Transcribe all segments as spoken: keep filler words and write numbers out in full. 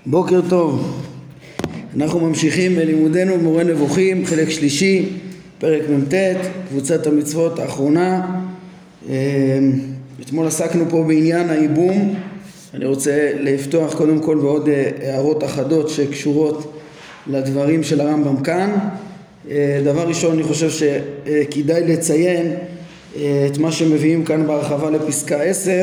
בוקר טוב, אנחנו ממשיכים בלימודנו מורה נבוכים, חלק שלישי, פרק מ"ט, קבוצת המצוות האחרונה. אתמול עסקנו פה בעניין הייבום. אני רוצה לפתוח קודם כל בעוד הערות אחדות שקשורות לדברים של הרמב"ם כאן. דבר ראשון, אני חושב שכדאי לציין את מה שמביאים כאן בהרחבה לפסקה עשר,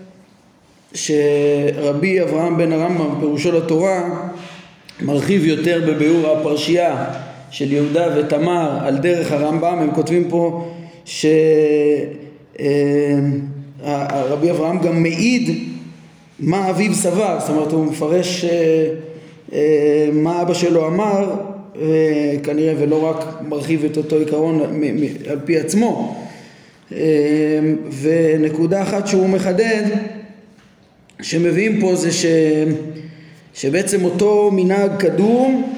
שרבי אברהם בן הרמב"ם פירושו לתורה מרחיב יותר בביאור הפרשייה של יהודה ותמר על דרך הרמב"ם. הם כותבים פה שרבי אברהם גם מעיד מה אביו סבר, זאת אומרת הוא מפרש מה אבא שלו אמר כנראה, ולא רק מרחיב את אותו עיקרון על פי עצמו. ונקודה אחת שהוא מחדד שמביאים פה זה ש... שבעצם אותו מנהג קדום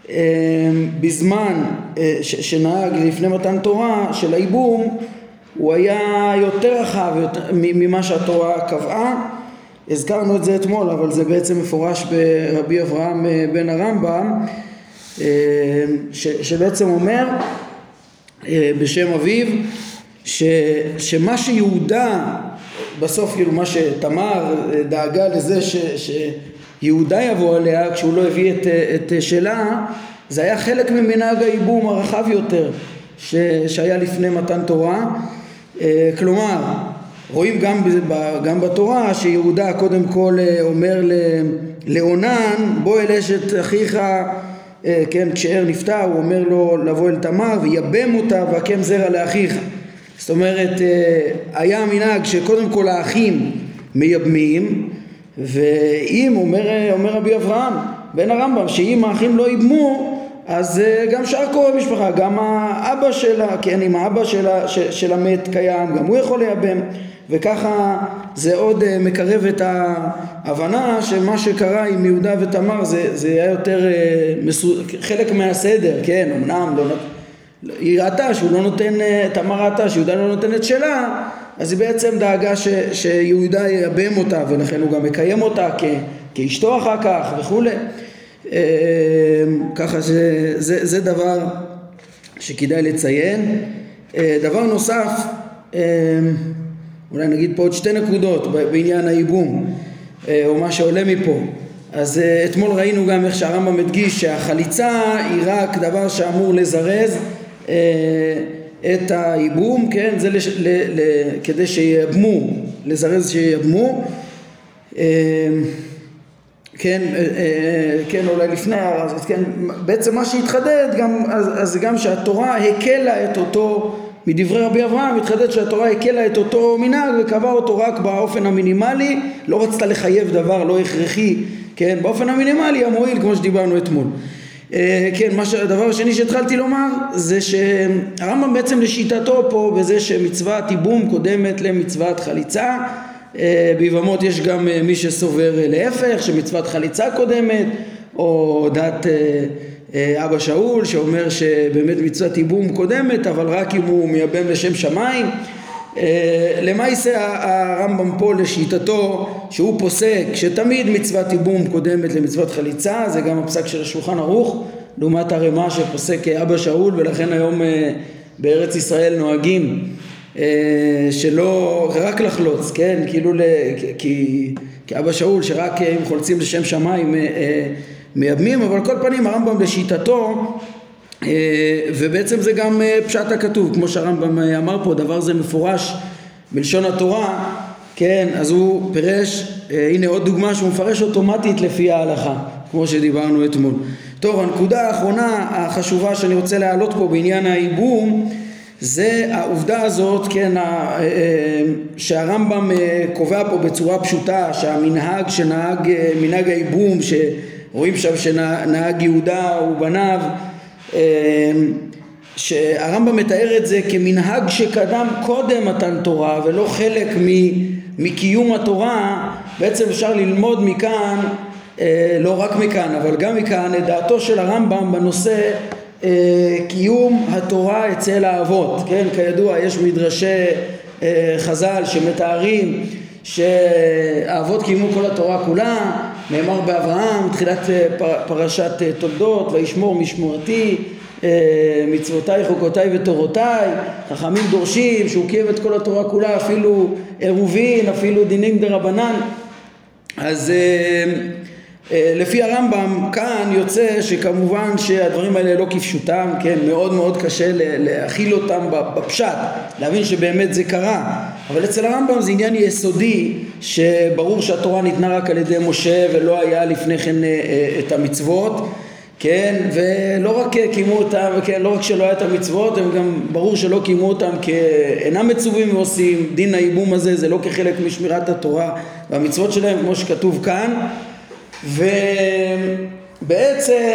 בזמן ש... שנהג לפני מתן תורה של הייבום הוא היה יותר רחב יותר... ממה שהתורה קבעה. הזכרנו את זה אתמול, אבל זה בעצם מפורש ברבי אברהם בן הרמב"ם, ש... שבעצם אומר בשם אביו ש... שמה שיהודה בסוף, כאילו מה שתמר דאגה לזה ש, שיהודה יבוא עליה כשהוא לא הביא את, את שלה, זה היה חלק ממנהג הייבום הרחב יותר ש, שהיה לפני מתן תורה. כלומר, רואים גם, גם בתורה שיהודה קודם כל אומר לאונן, בוא אל אשת אחיך, כן, כשער נפטר הוא אומר לו לבוא אל תמר ויבם אותה והקם זרע לאחיך. זאת אומרת, היה מנהג שקודם כל האחים מייבמים, ואם אומר, אומר רבי אברהם בן הרמב"ם שאם האחים לא ייבמו, אז גם שאר קורא משפחה, גם האבא שלה, כן, אם האבא שלה, של המת קיים, גם הוא יכול לייבם, וככה זה עוד מקרב את ההבנה שמה שקרה עם יהודה ותמר זה, זה היה יותר מסוד... חלק מהסדר, כן, אמנם לא נתן, היא ראתה שהוא לא נותן, תמר ראתה שיהודה לא נותן את שלה, אז היא בעצם דאגה ש, שיהודה ייבם אותה, ולכן הוא גם מקיים אותה כ, כאשתו אחר כך וכו'. ככה זה, זה, זה דבר שכדאי לציין. דבר נוסף, אולי נגיד פה עוד שתי נקודות בעניין הייבום, או מה שעולה מפה. אז אתמול ראינו גם איך שהרמב"ם מדגיש שהחליצה היא רק דבר שאמור לזרז את הייבום, כן, זה לש, ל, ל, כדי שיבמו, לזרז שיבמו, כן, כן, אולי לפני, אז כן, בעצם מה שהתחדד גם, אז, אז גם שהתורה הקלה את אותו, מדברי רבי אברהם התחדד שהתורה הקלה את אותו מנהג וקבע אותו רק באופן המינימלי, לא רצתה לחייב דבר לא הכרחי, כן, באופן המינימלי המועיל כמו שדיברנו אתמול. כן, מה שהדבר השני שהתחלתי לומר זה שהרמב"ם בעצם לשיטתו פה בזה שמצוות ייבום קודמת למצוות חליצה. ביבמות יש גם מי שסובר להפך, שמצוות חליצה קודמת, או דת אבא שאול שאומר שבאמת מצוות ייבום קודמת אבל רק אם הוא מייבם לשם שמיים. למעשה הרמב"ם פה לשיטתו שהוא פוסק שתמיד מצוות ייבום קודמת למצוות חליצה, זה גם הפסק של השולחן ערוך לעומת הרמ"א שפוסק אבא שאול, ולכן היום בארץ ישראל נוהגים שלא רק לחלוץ, כן, כאילו כי כאבא שאול שרק אם חולצים לשם שמיים מייבמים, אבל כל פנים הרמב"ם לשיטתו, ובעצם זה גם פשט הכתוב, כמו שהרמב"ם אמר פה, דבר זה מפורש בלשון התורה, כן, אז הוא פירש, הנה עוד דוגמה שהוא מפרש אוטומטית לפי ההלכה, כמו שדיברנו אתמול. טוב, הנקודה האחרונה החשובה שאני רוצה להעלות פה בעניין הייבום, זה העובדה הזאת, כן, שהרמב"ם קובע פה בצורה פשוטה, שהמנהג שנהג, מנהג הייבום, שרואים שם שנהג יהודה ובניו, שהרמב"ם מתאר את זה כמנהג שקדם קודם מתן תורה ולא חלק מקיום התורה. בעצם אפשר ללמוד מכאן, לא רק מכאן אבל גם מכאן, את דעתו של הרמב"ם בנושא קיום התורה אצל האבות. כן, כידוע יש מדרשי חז"ל שמתארים שהאבות קיימו כל התורה כולה, נאמר באברהם, תחילת פרשת תולדות, וישמור משמורתי, מצוותיי, חוקותיי ותורותיי. חכמים דורשים שהוא קיים את כל התורה כולה, אפילו עירובין, אפילו דינים דרבנן. אז לפי הרמב"ם כאן יוצא שכמובן שהדברים האלה לא כפשוטם, כן, מאוד מאוד קשה להכיל אותם בפשט, להבין שבאמת זה קרה, אבל אצל הרמב"ם זה עניין יסודי שברור שהתורה ניתנה רק על ידי משה ולא היה לפני כן את המצוות, כן, ולא רק קיימו אותם, כן, לא רק שלא היה את המצוות, הם גם ברור שלא קיימו אותם כי אינם מצווים ועושים, דין הייבום הזה זה לא כחלק משמירת התורה והמצוות שלהם כמו שכתוב כאן. ובעצם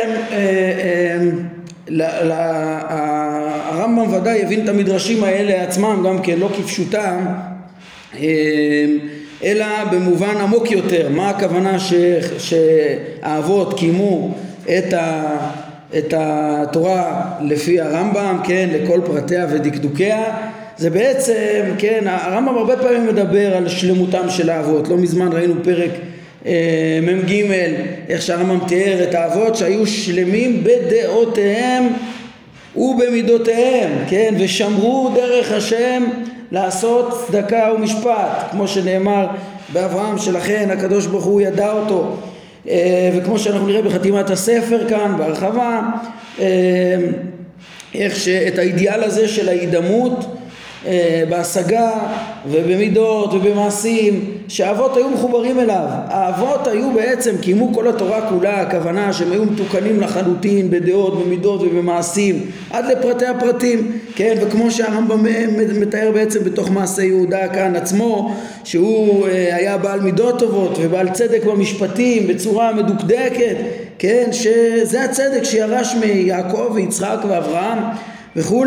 הרמב"ם ודאי יבין את המדרשים האלה עצמם גם כן לא כפשוטם, אלא במובן עמוק יותר. מה הכוונה שהאבות קיימו את ה את התורה לפי הרמב"ם, כן, לכל פרטיה ודקדוקיה? זה בעצם, כן, הרמב"ם הרבה פעמים מדבר על שלמותם של האבות. לא מזמן ראינו פרק מ"ג, איך שהרמב"ם תיאר את האבות שהיו שלמים בדעותיהם ובמידותיהם, כן, ושמרו דרך השם לעשות צדקה ומשפט, כמו שנאמר באברהם, שלכן הקדוש ברוך הוא ידע אותו, וכמו שאנחנו נראה בחתימת הספר כאן בהרחבה, איך שאת האידיאל הזה של ההידמות בהשגה ובמידות ובמעשים שהאבות היו מחוברים אליו. האבות היו בעצם, קיימו כל התורה כולה, הכוונה שהם היו מתוקנים לחלוטין בדעות, במידות ובמעשים עד לפרטי הפרטים, כן, וכמו שהרמב"ם מתאר בעצם בתוך מעשה יהודה כאן עצמו, שהוא היה בעל מידות טובות ובעל צדק במשפטים בצורה מדוקדקת, כן, שזה הצדק שירש מיעקב ויצחק ואברהם וכו'.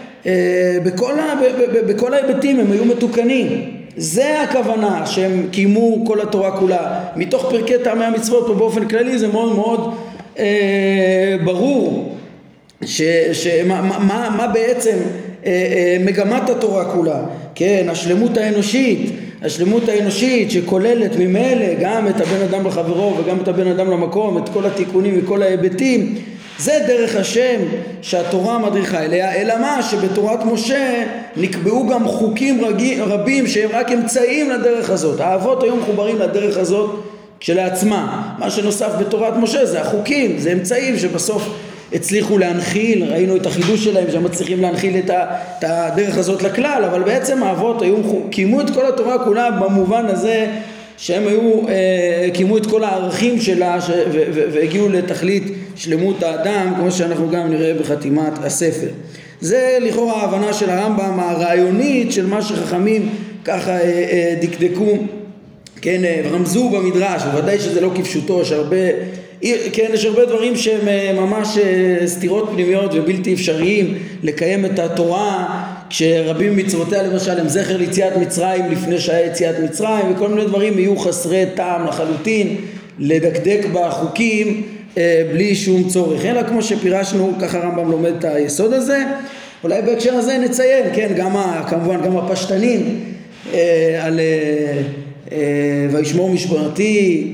בכל, ה, בכל ההיבטים הם היו מתוקנים. זה הכוונה שהם קיימו כל התורה כולה. מתוך פרקי טעמי המצוות פה באופן כללי זה מאוד מאוד אה, ברור ש, שמה, מה, מה בעצם אה, אה, מגמת התורה כולה, כן, השלמות האנושית, השלמות האנושית שכוללת ממילא גם את הבן אדם לחברו וגם את הבן אדם למקום, את כל התיקונים וכל ההיבטים. זה דרך השם שהתורה מדריכה אליה, אלא מה שבתורת משה נקבעו גם חוקים רבים שהם רק אמצעים לדרך הזאת. האבות היו מחוברים לדרך הזאת כשלעצמה. מה שנוסף בתורת משה זה החוקים, זה אמצעים שבסוף הצליחו להנחיל, ראינו את החידוש שלהם שהם מצליחים להנחיל את הדרך הזאת לכלל, אבל בעצם האבות היו, קיימו את כל התורה כולה במובן הזה שהם היו, קיימו את כל הערכים שלה ש, ו, ו, והגיעו לתכלית שלמות האדם, כמו שאנחנו גם נראה בחתימת הספר. זה לכאורה ההבנה של הרמב"ם הרעיונית של מה שחכמים ככה דקדקו, כן, רמזו במדרש, ובוודאי שזה לא כפשוטו, שהרבה, כן, יש הרבה דברים שהם ממש סתירות פנימיות ובלתי אפשריים לקיים את התורה, כשרבים מצוותיה למשל הם זכר ליציאת מצרים לפני שהיה יציאת מצרים, וכל מיני דברים יהיו חסרי טעם לחלוטין לדקדק בחוקים בלי שום צורך, אלא כמו שפירשנו, ככה הרמב"ם לומד את היסוד הזה. אולי בהקשר הזה נציין, כן, גם כמובן גם הפשטנים על וישמור משמרתי,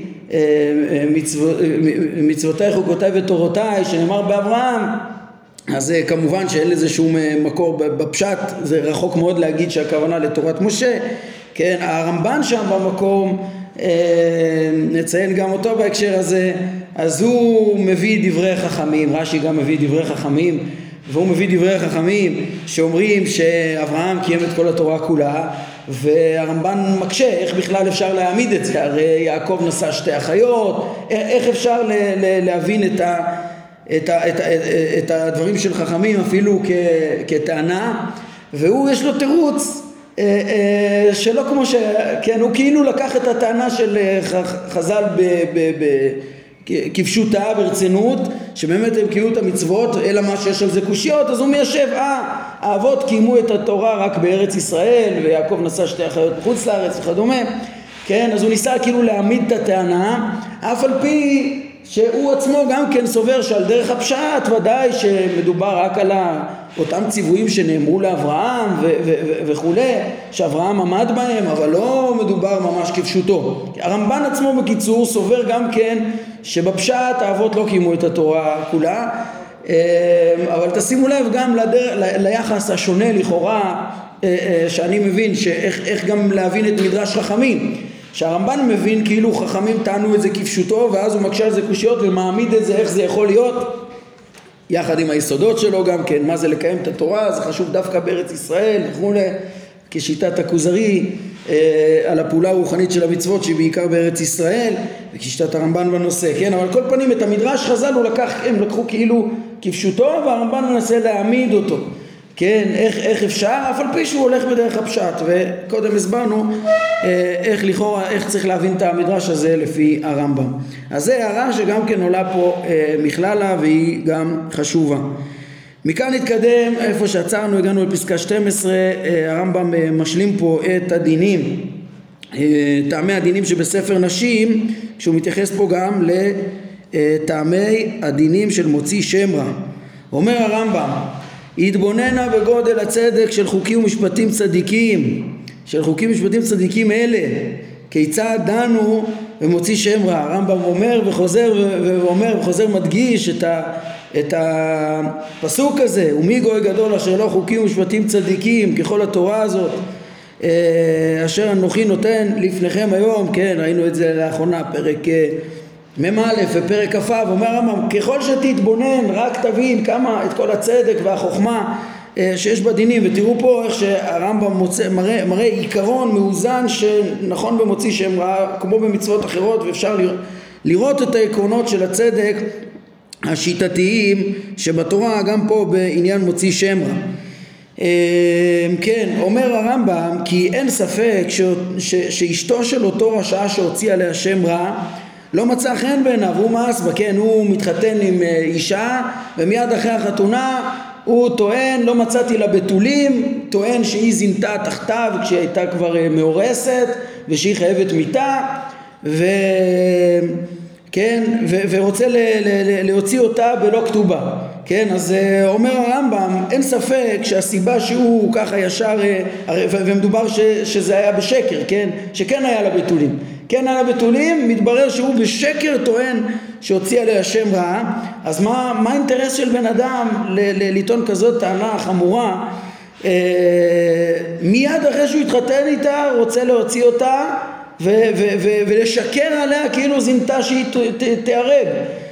מצוותיי, חוקותיי ותורותיי, שנאמר באברהם, אז כמובן שאין לזה שום מקור בפשט, זה רחוק מאוד להגיד שהכוונה לתורת משה, כן, הרמב"ן שם במקום, נציין גם אותו בהקשר הזה, אז הוא מביא דברי חכמים, רש"י גם מביא דברי חכמים, והוא מביא דברי חכמים שאומרים שאברהם קיים את כל התורה כולה, והרמב"ן מקשה איך בכלל אפשר להעמיד את זה, הרי יעקב נשא שתי אחיות, איך אפשר להבין את ה... את, ה, את, ה, את הדברים של חכמים אפילו כ, כטענה, והוא יש לו תירוץ שלא כמו ש... כן, הוא כאילו לקח את הטענה של חז"ל ב, ב, ב, כפשוטה, ברצינות, שבאמת הם קיימו את המצוות, אלא מה שיש על זה קושיות, אז הוא מיישב, אה, האבות קיימו את התורה רק בארץ ישראל, ויעקב נשא שתי אחיות בחוץ לארץ וכדומה, כן, אז הוא ניסה כאילו להעמיד את הטענה, אף על פי שהוא עצמו גם כן סובר שעל דרך הפשט ודאי שמדובר רק על אותם ציוויים שנאמרו לאברהם וכו', שאברהם עמד בהם, אבל לא מדובר ממש כפשוטו. הרמב"ן עצמו בקיצור סובר גם כן שבפשט האבות לא קיימו את התורה כולה, אבל תשימו לב גם לדר, ליחס השונה לכאורה שאני מבין, שאיך, איך גם להבין את מדרש חכמים, שהרמב"ן מבין כאילו חכמים טענו את זה כפשוטו, ואז הוא מקשה על זה קושיות ומעמיד את זה איך זה יכול להיות יחד עם היסודות שלו גם כן, מה זה לקיים את התורה, זה חשוב דווקא בארץ ישראל וכו', כשיטת הכוזרי אה, על הפעולה הרוחנית של המצוות שהיא בעיקר בארץ ישראל, וכשיטת הרמב"ן בנושא, כן? אבל כל פנים את המדרש חז"ל הוא לקח, הם לקחו כאילו כפשוטו, והרמב"ן מנסה להעמיד אותו, כן? איך, איך אפשר, אף על פי שהוא הולך בדרך הפשט, וקודם הסברנו אה, איך לכאורה, איך צריך להבין את המדרש הזה לפי הרמב"ם. אז זה הערה שגם כן עולה פה אה, מכללה, והיא גם חשובה. מכאן נתקדם, איפה שעצרנו, הגענו לפסקה שתים עשרה, הרמב"ם משלים פה את הדינים, טעמי הדינים שבספר נשים, כשהוא מתייחס פה גם לטעמי הדינים של מוציא שם רע. אומר הרמב"ם, התבוננה בגודל הצדק של חוקים ומשפטים צדיקים, של חוקים ומשפטים צדיקים אלה, כיצד דנו ומוציא שם רע. הרמב"ם אומר וחוזר ואומר וחוזר מדגיש את ה... את הפסוק הזה, ומי גוי גדול אשר לא חוקים ומשפטים צדיקים ככל התורה הזאת אשר אנוכי נותן לפניכם היום, כן, ראינו את זה לאחרונה, פרק מ"א ופרק כ"ו. אומר הרמב"ם, ככל שתתבונן רק תבין כמה את כל הצדק והחוכמה שיש בדינים, ותראו פה איך שהרמב"ם מוצא, מראה, מראה עיקרון מאוזן שנכון במוציא שם רע כמו במצוות אחרות, ואפשר לראות את העקרונות של הצדק השיטתיים שבתורה גם פה בעניין מוציא שם רע. כן, אומר הרמב"ם כי אין ספק ש, ש, שאשתו של אותו רשע שהוציא עליה שם רע לא מצא חן בעיניו, הוא מאס בה, כן, הוא מתחתן עם אישה ומיד אחרי החתונה הוא טוען לא מצאתי לה בתולים, טוען שהיא זינתה תחתיו כשהיא הייתה כבר מאורסת ושהיא חייבת מיתה, ו... כן, ו- ורוצה ל- ל- להוציא אותה בלא כתובה, כן, אז אומר הרמב"ם אין ספק שהסיבה שהוא ככה ישר, ומדובר ש- שזה היה בשקר, כן, שכן היה לה בתולים, כן היה לה בתולים, מתברר שהוא בשקר טוען שהוציא עליה שם רע. אז מה, מה האינטרס של בן אדם ל- ל- לטעון כזאת טענה חמורה, אה, מיד אחרי שהוא התחתן איתה רוצה להוציא אותה ו- ו- ו- ולשקר עליה כאילו זינתה שהיא ת- ת- תיהרג.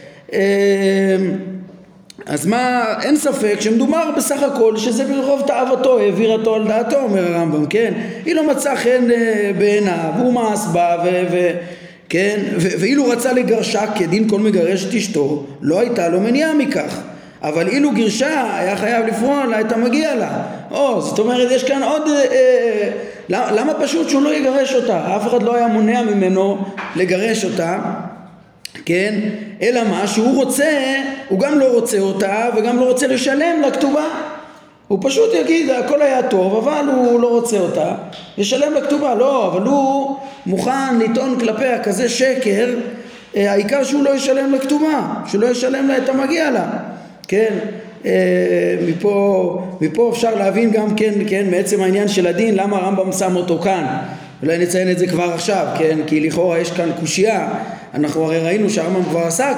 אז מה, אין ספק שמדובר בסך הכל שזה ברוב תאוותו העביר אותו על דעתו, אומר הרמב"ם, כן, היא לא מצאה חן בעיניו, הוא מאס בה ו- ו- כן, ו- ואילו רצה לגרשה כדין כל מגרש את אשתו לא הייתה לו מניעה מכך, אבל אילו גירשה היה חייב לפרוע לה את המגיע לה. או, זאת אומרת יש כאן עוד אה, אה, למה פשוט שהוא לא יגרש אותה? אף אחד לא היה מונע ממנו לגרש אותה, כן? אלא מה שהוא רוצה, הוא גם לא רוצה אותה וגם לא רוצה לשלם לכתובה. הוא פשוט יגיד הכל היה טוב אבל הוא לא רוצה אותה, ישלם לכתובה. לא, אבל הוא מוכן לטעון כלפיה כזה שקר, העיקר שהוא לא ישלם לכתובה, שהוא לא ישלם לה את המגיע לה, כן? מפה, מפה אפשר להבין גם כן, כן, מעצם העניין של הדין, למה הרמב"ם שם אותו כאן. אולי נציין את זה כבר עכשיו, כן, כי לכאורה יש כאן קושייה. אנחנו הרי ראינו שהרמב"ם כבר עסק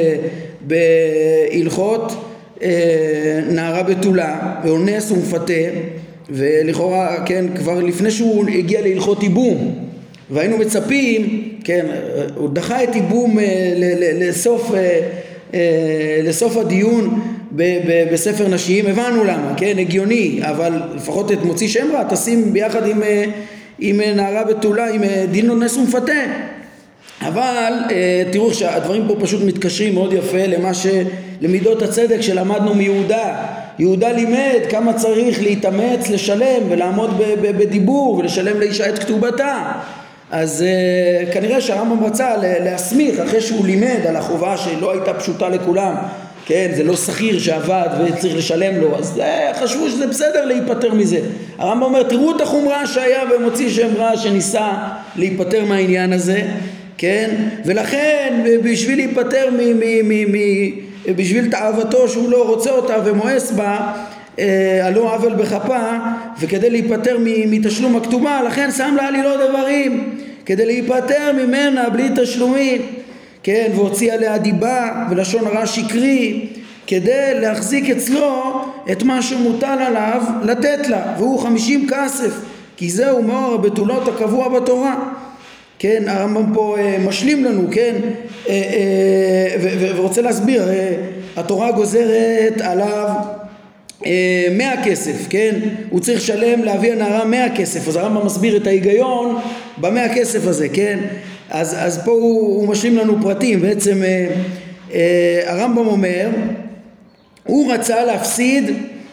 בהלכות אה, נערה בתולה ואונס ומפתה, ולכאורה, כן, כבר לפני שהוא הגיע להלכות ייבום, והיינו מצפים, כן, הוא דחה את ייבום אה, ל- ל- לסוף, אה, אה, לסוף הדיון ב- ב- בספר נשים. הבנו למה, כן, הגיוני, אבל לפחות את מוציא שם רע תשים ביחד עם, עם נערה בתולה, עם דין אונס ומפתה. אבל תראו שהדברים פה פשוט מתקשרים מאוד יפה למה ש... למידות הצדק שלמדנו מיהודה. יהודה לימד כמה צריך להתאמץ לשלם ולעמוד ב- ב- בדיבור ולשלם לאישה את כתובתה. אז uh, כנראה שהרמב"ם רצה להסמיך אחרי שהוא לימד על החובה שלא הייתה פשוטה לכולם, כן, זה לא שכיר שעבד וצריך לשלם לו, אז uh, חשבו שזה בסדר להיפטר מזה. הרמב"ם אומר תראו את החומרה שהיה במוציא שם רע שניסה להיפטר מהעניין הזה, כן? ולכן בשביל להיפטר מ... מ, מ, מ בשביל תאוותו שהוא לא רוצה אותה ומואס בה, על לא עוול בכפה, וכדי להיפטר מתשלום הכתובה, לכן שם לה עלילות איברים, כדי להיפטר ממנה בלי תשלומים, כן, והוציא עליה דיבה ולשון הרע שקרי, כדי להחזיק אצלו את מה שמוטל עליו לתת לה, והוא חמישים כסף, כי זהו מאור הבתולות הקבוע בתורה. כן, הרמב"ם פה אה, משלים לנו, כן, אה, אה, ו- ו- ורוצה להסביר, אה, התורה גוזרת עליו אה, מאה כסף, כן, הוא צריך לשלם לאבי הנערה מאה כסף, אז הרמב"ם מסביר את ההיגיון במאה כסף הזה, כן, אז, אז פה הוא, הוא משלים לנו פרטים, בעצם אה, אה, הרמב"ם אומר, הוא רצה להפסיד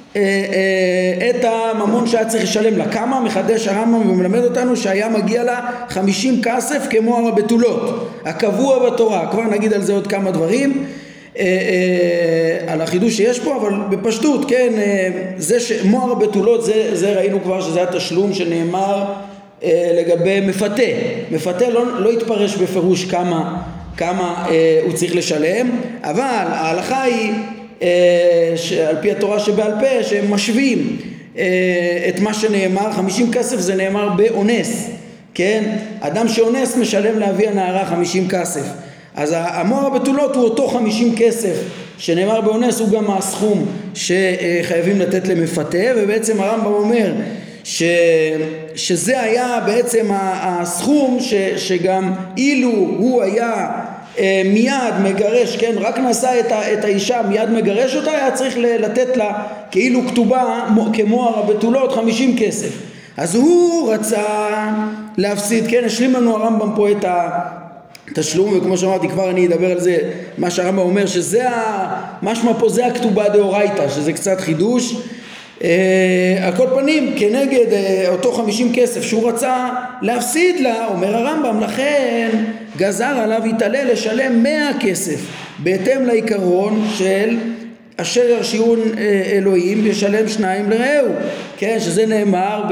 את הממון שהיה צריך לשלם לה. כמה? מחדש הרמב"ם ומלמד אותנו שהיה מגיע לה חמישים כסף כמו הר הבתולות הקבוע בתורה. כבר נגיד על זה עוד כמה דברים על החידוש שיש פה, אבל בפשטות, כן, זה שמוהר הבתולות זה, זה ראינו כבר שזה התשלום שנאמר לגבי מפתה. מפתה לא, לא התפרש בפירוש כמה, כמה הוא צריך לשלם, אבל ההלכה היא על פי התורה שבעל פה שהם משווים את מה שנאמר, חמישים כסף זה נאמר באונס, כן, אדם שאונס משלם לאבי הנערה חמישים כסף, אז המוהר הבתולות הוא אותו חמישים כסף שנאמר באונס, הוא גם הסכום שחייבים לתת למפתה, ובעצם הרמב"ם אומר ש, שזה היה בעצם הסכום ש, שגם אילו הוא היה מיד מגרש, כן, רק נשא את, ה, את האישה, מיד מגרש אותה, היה צריך לתת לה כאילו כתובה כמו הר הבתולות חמישים כסף. אז הוא רצה להפסיד, כן, השלים לנו הרמב"ם פה את התשלום, וכמו שאמרתי כבר אני אדבר על זה, מה שהרמב"ם אומר שזה משמע פה זה הכתובה דאורייתא, שזה קצת חידוש. Uh, על כל פנים כנגד uh, אותו חמישים כסף שהוא רצה להפסיד לה, אומר הרמב"ם, לכן גזר עליו יתעלה לשלם מאה כסף בהתאם לעיקרון של אשר ירשיעון uh, אלוהים ישלם שניים לרעהו, כן, שזה נאמר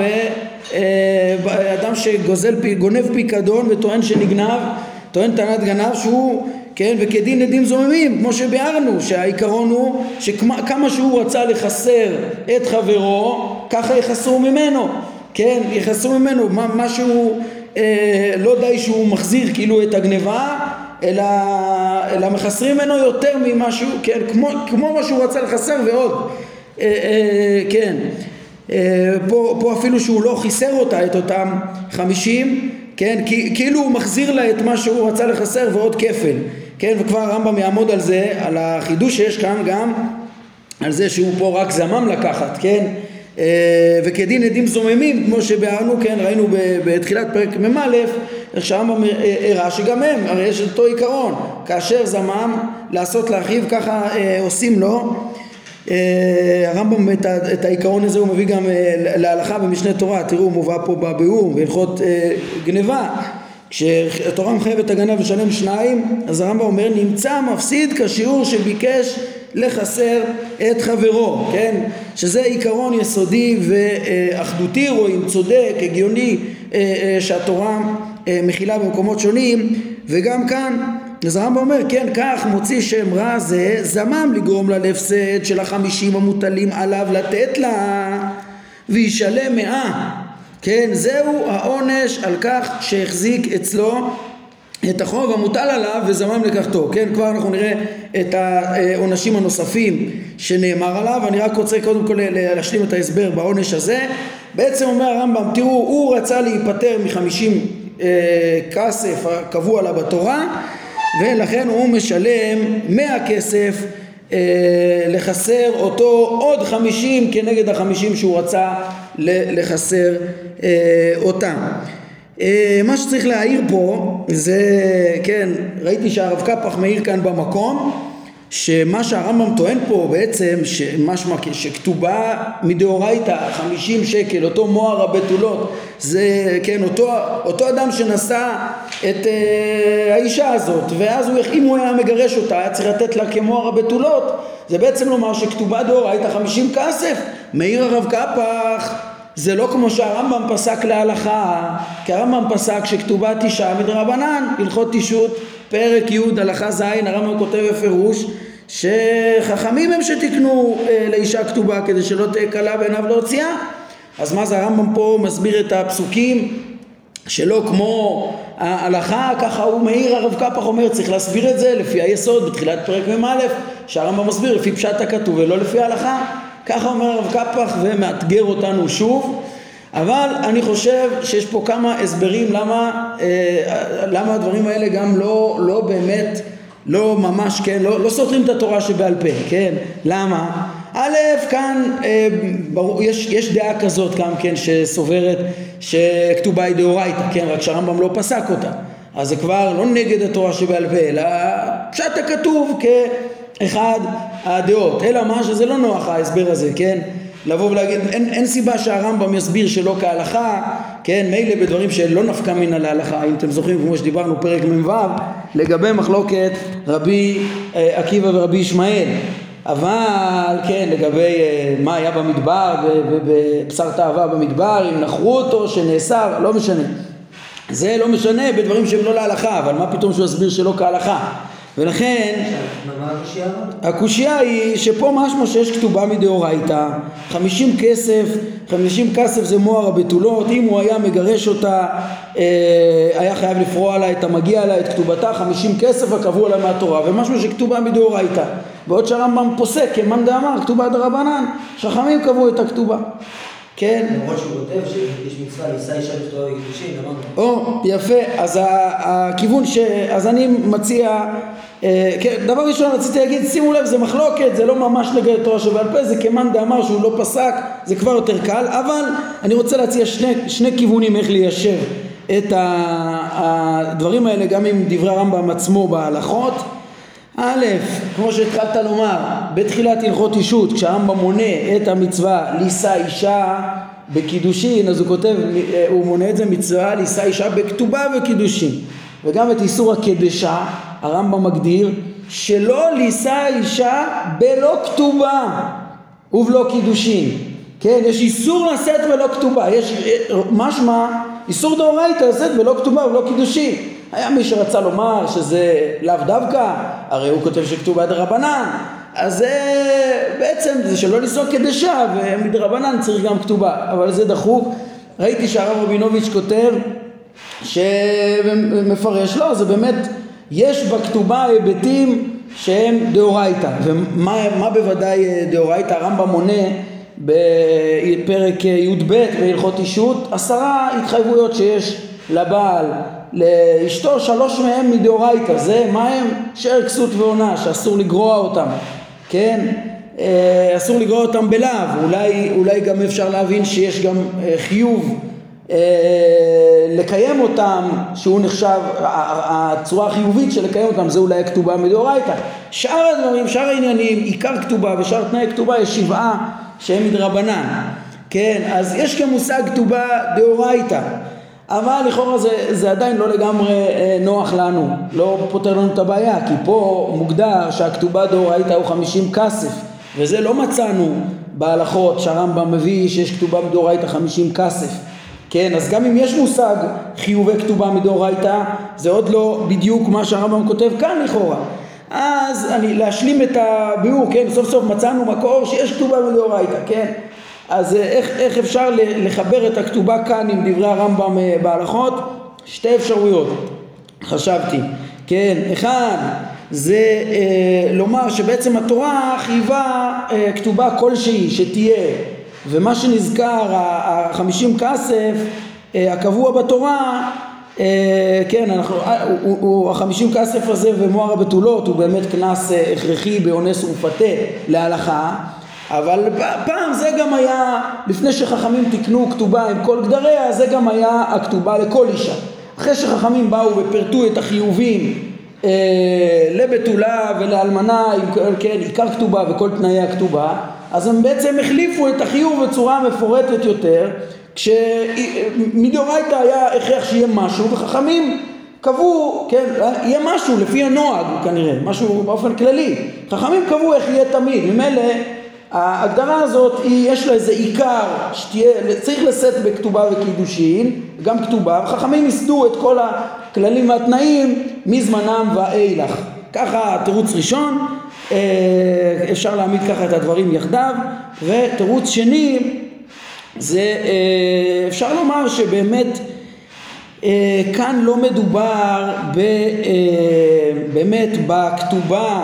באדם uh, שגוזל גונב פיקדון וטוען שנגנב, טוען טענת גנב שהוא, כן, וכדין עדים זוממים, כמו שביארנו, שהעיקרון הוא שכמה שהוא רצה לחסר את חברו, ככה יחסרו ממנו, כן, יחסרו ממנו, משהו, אה, לא די שהוא מחזיר כאילו את הגניבה, אלא, אלא מחסרים ממנו יותר ממשהו, כן, כמו, כמו מה שהוא רצה לחסר ועוד, אה, אה, כן, אה, פה, פה אפילו שהוא לא חיסר אותה, את אותם חמישים, כן, כאילו הוא מחזיר לה את מה שהוא רצה לחסר ועוד כפל, כן, וכבר הרמב"ם יעמוד על זה, על החידוש שיש כאן גם, על זה שהוא פה רק זמם לקחת, כן, וכדין עדים זוממים, כמו שבארנו, כן, ראינו בתחילת פרק ממ"א, איך שהרמב"ם הראה שגם הם, הרי יש אותו עיקרון, כאשר זמם לעשות לאחיו, ככה עושים לו. הרמב"ם את, את העיקרון הזה הוא מביא גם להלכה במשנה תורה, תראו, הוא מובא פה בביאור בהלכות גניבה, כשהתורה מחייבת הגנב לשלם שניים, אז הרמב"ם אומר נמצא מפסיד כשיעור שביקש לחסר את חברו, כן, שזה עיקרון יסודי ואחדותי, רואים, צודק, הגיוני, שהתורה מכילה במקומות שונים, וגם כאן אז הרמב"ם אומר, כן, כך מוציא שם רע זה זמם לגרום לה להפסד של החמישים המוטלים עליו לתת לה וישלם מאה, כן, זהו העונש על כך שהחזיק אצלו את החוב המוטל עליו וזמם לקחתו, כן, כבר אנחנו נראה את העונשים הנוספים שנאמר עליו. אני רק רוצה קודם כל להשלים את ההסבר בעונש הזה. בעצם אומר הרמב"ם, תראו, הוא רצה להיפטר מחמישים כסף הקבוע לה בתורה, ולכן הוא משלם מאה כסף אה, לחסר אותו עוד חמישים כנגד החמישים שהוא רצה לחסר אה, אותם. אה, מה שצריך להעיר פה זה, כן, ראיתי שהרב קפח מעיר כאן במקום שמה שהרמב"ם טוען פה בעצם שמשמע שכתובה מדאורייתא חמישים שקל, אותו מוהר הבתולות, זה, כן, אותו, אותו אדם שנשא את אה, האישה הזאת, ואז הוא, אם הוא היה מגרש אותה היה צריך לתת לה כמוהר הבתולות, זה בעצם לומר שכתובה דאורייתא חמישים כסף. מעיר הרב קפח זה לא כמו שהרמב"ם פסק להלכה, כי הרמב"ם פסק שכתובה תשעה מדרבנן, הלכות תישות, פרק י' הלכה ז', הרמב"ם כותב בפירוש שחכמים הם שתקנו אה, לאישה כתובה כדי שלא תהיה קלה בעיניו להוציאה. אז מה זה הרמב"ם פה מסביר את הפסוקים שלא כמו ההלכה, ככה הוא מאיר, הרב קפח אומר צריך להסביר את זה לפי היסוד בתחילת פרק מ"א, שהרמב"ם מסביר לפי פשט הכתוב ולא לפי ההלכה, ככה אומר הרב קפח ומאתגר אותנו שוב. אבל אני חושב שיש פה כמה הסברים למה, אה, למה הדברים האלה גם לא, לא באמת, לא ממש, כן, לא, לא סותרים את התורה שבעל פה, כן, למה? א', כאן אה, ברור, יש, יש דעה כזאת גם כן שסוברת שכתובה היא דאורייתא, כן, רק שהרמב"ם לא פסק אותה, אז זה כבר לא נגד התורה שבעל פה, אלא פשט הכתוב כאחד הדעות, אלא מה שזה לא נוח ההסבר הזה, כן, לבוא ולהגיד, אין, אין סיבה שהרמב"ם יסביר שלא כהלכה, כן, מילא בדברים שלא נפקא מן להלכה, אם אתם זוכרים כמו שדיברנו פרק מ"ו, לגבי מחלוקת רבי אה, עקיבא ורבי ישמעאל, אבל כן, לגבי uh, מה היה במדבר, בבשר תאווה במדבר, אם נחרו אותו, שנאסר, לא משנה. זה לא משנה בדברים שהם לא להלכה, אבל מה פתאום שהוא יסביר שלא כהלכה? ולכן, מה הקושייה? הקושייה היא שפה משמע שיש כתובה מדאורייתא, חמישים כסף, חמישים כסף זה מוהר הבתולות, אם הוא היה מגרש אותה, אה, היה חייב לפרוע לה את המגיע לה, את כתובתה, חמישים כסף הקבוע לה מהתורה, ומשמע שכתובה מדאורייתא. ועוד שהרמב"ם פוסק, כמאן דאמר, כתובה דרבנן, שחכמים קבעו את הכתובה. כן. למרות שהוא כותב שיש מצווה לישא אישה בכתובה בקידושין, אמרנו. או, יפה. אז הכיוון ש... אז אני מציע... כן, דבר ראשון רציתי להגיד, שימו לב, זה מחלוקת, זה לא ממש נגד התורה שבעל פה, זה כמאן דאמר שהוא לא פסק, זה כבר יותר קל, אבל אני רוצה להציע שני, שני כיוונים איך ליישב את הדברים האלה, גם עם דברי הרמב"ם עצמו בהלכות. א', כמו שהתחלת לומר, בתחילת הלכות אישות, כשהרמב"ם מונה את המצווה לישא אישה בקידושין, אז הוא כותב, הוא מונה את זה מצווה לישא אישה בכתובה וקידושין. וגם את איסור הקדשה, הרמב"ם מגדיר שלא לישא אישה בלא כתובה ובלא קידושין. כן, יש איסור לשאת בלא כתובה, יש משמע איסור דאורייתא לשאת בלא כתובה ובלא קידושין. היה מי שרצה לומר שזה לאו דווקא, הרי הוא כותב שכתובה דרבנן, אז זה בעצם זה שלא לישוא קדשה, ומדרבנן צריך גם כתובה, אבל זה דחוק. ראיתי שהרב רבינוביץ' כותב שמפרש, לא, זה באמת, יש בכתובה היבטים שהם דאורייתא, ומה מה בוודאי דאורייתא? הרמב"ם מונה בפרק י"ב בהלכות אישות עשרה התחייבויות שיש לבעל לאשתו, שלוש מהם מדאורייתא, זה מה הם? שאר כסות ועונה, שאסור לגרוע אותם, כן? אסור לגרוע אותם בלאו, אולי, אולי גם אפשר להבין שיש גם חיוב לקיים אותם, שהוא נחשב, הצורה החיובית של לקיים אותם זה אולי הכתובה מדאורייתא. שאר הדברים, שאר העניינים, עיקר כתובה ושאר תנאי כתובה יש שבעה שהם מדרבנן, כן? אז יש כמושג כתובה דאורייתא, אבל לכאורה זה, זה עדיין לא לגמרי נוח לנו, לא פותר לנו את הבעיה, כי פה מוגדר שהכתובה דאורייתא הוא חמישים כסף, וזה לא מצאנו בהלכות שהרמב"ם מביא שיש כתובה מדאורייתא חמישים כסף. כן, אז גם אם יש מושג חיובי כתובה מדאורייתא, זה עוד לא בדיוק מה שהרמב"ם כותב כאן לכאורה. אז אני להשלים את הביאור, כן, סוף סוף מצאנו מקור שיש כתובה מדאורייתא, כן? אז איך, איך אפשר לחבר את הכתובה כאן עם דברי הרמב"ם בהלכות? שתי אפשרויות, חשבתי. כן, אחד, זה אה, לומר שבעצם התורה חייבה אה, כתובה כלשהי שתהיה, ומה שנזכר, החמישים כסף אה, הקבוע בתורה, אה, כן, אנחנו, אה, הוא, הוא, החמישים כסף הזה ומוהר הבתולות הוא באמת כנס אה, הכרחי באונס ופתה להלכה, אבל פעם זה גם היה, לפני שחכמים תקנו כתובה עם כל גדריה, זה גם היה הכתובה לכל אישה. אחרי שחכמים באו ופרטו את החיובים אה, לבתולה ולאלמנה, עם, כן, עיקר כתובה וכל תנאי הכתובה, אז הם בעצם החליפו את החיוב בצורה מפורטת יותר, כשמדאורייתא היה הכרח שיהיה משהו, וחכמים קבעו, כן, יהיה משהו לפי הנוהג כנראה, משהו באופן כללי. חכמים קבעו איך יהיה תמיד, ממילא ההגדרה הזאת היא, יש לה איזה עיקר שתהיה, צריך לשאת בכתובה וקידושין, גם כתובה, וחכמים יסדו את כל הכללים והתנאים מזמנם ואילך. ככה תירוץ ראשון, אפשר להעמיד ככה את הדברים יחדיו, ותירוץ שני, זה אפשר לומר שבאמת כאן לא מדובר באמת בכתובה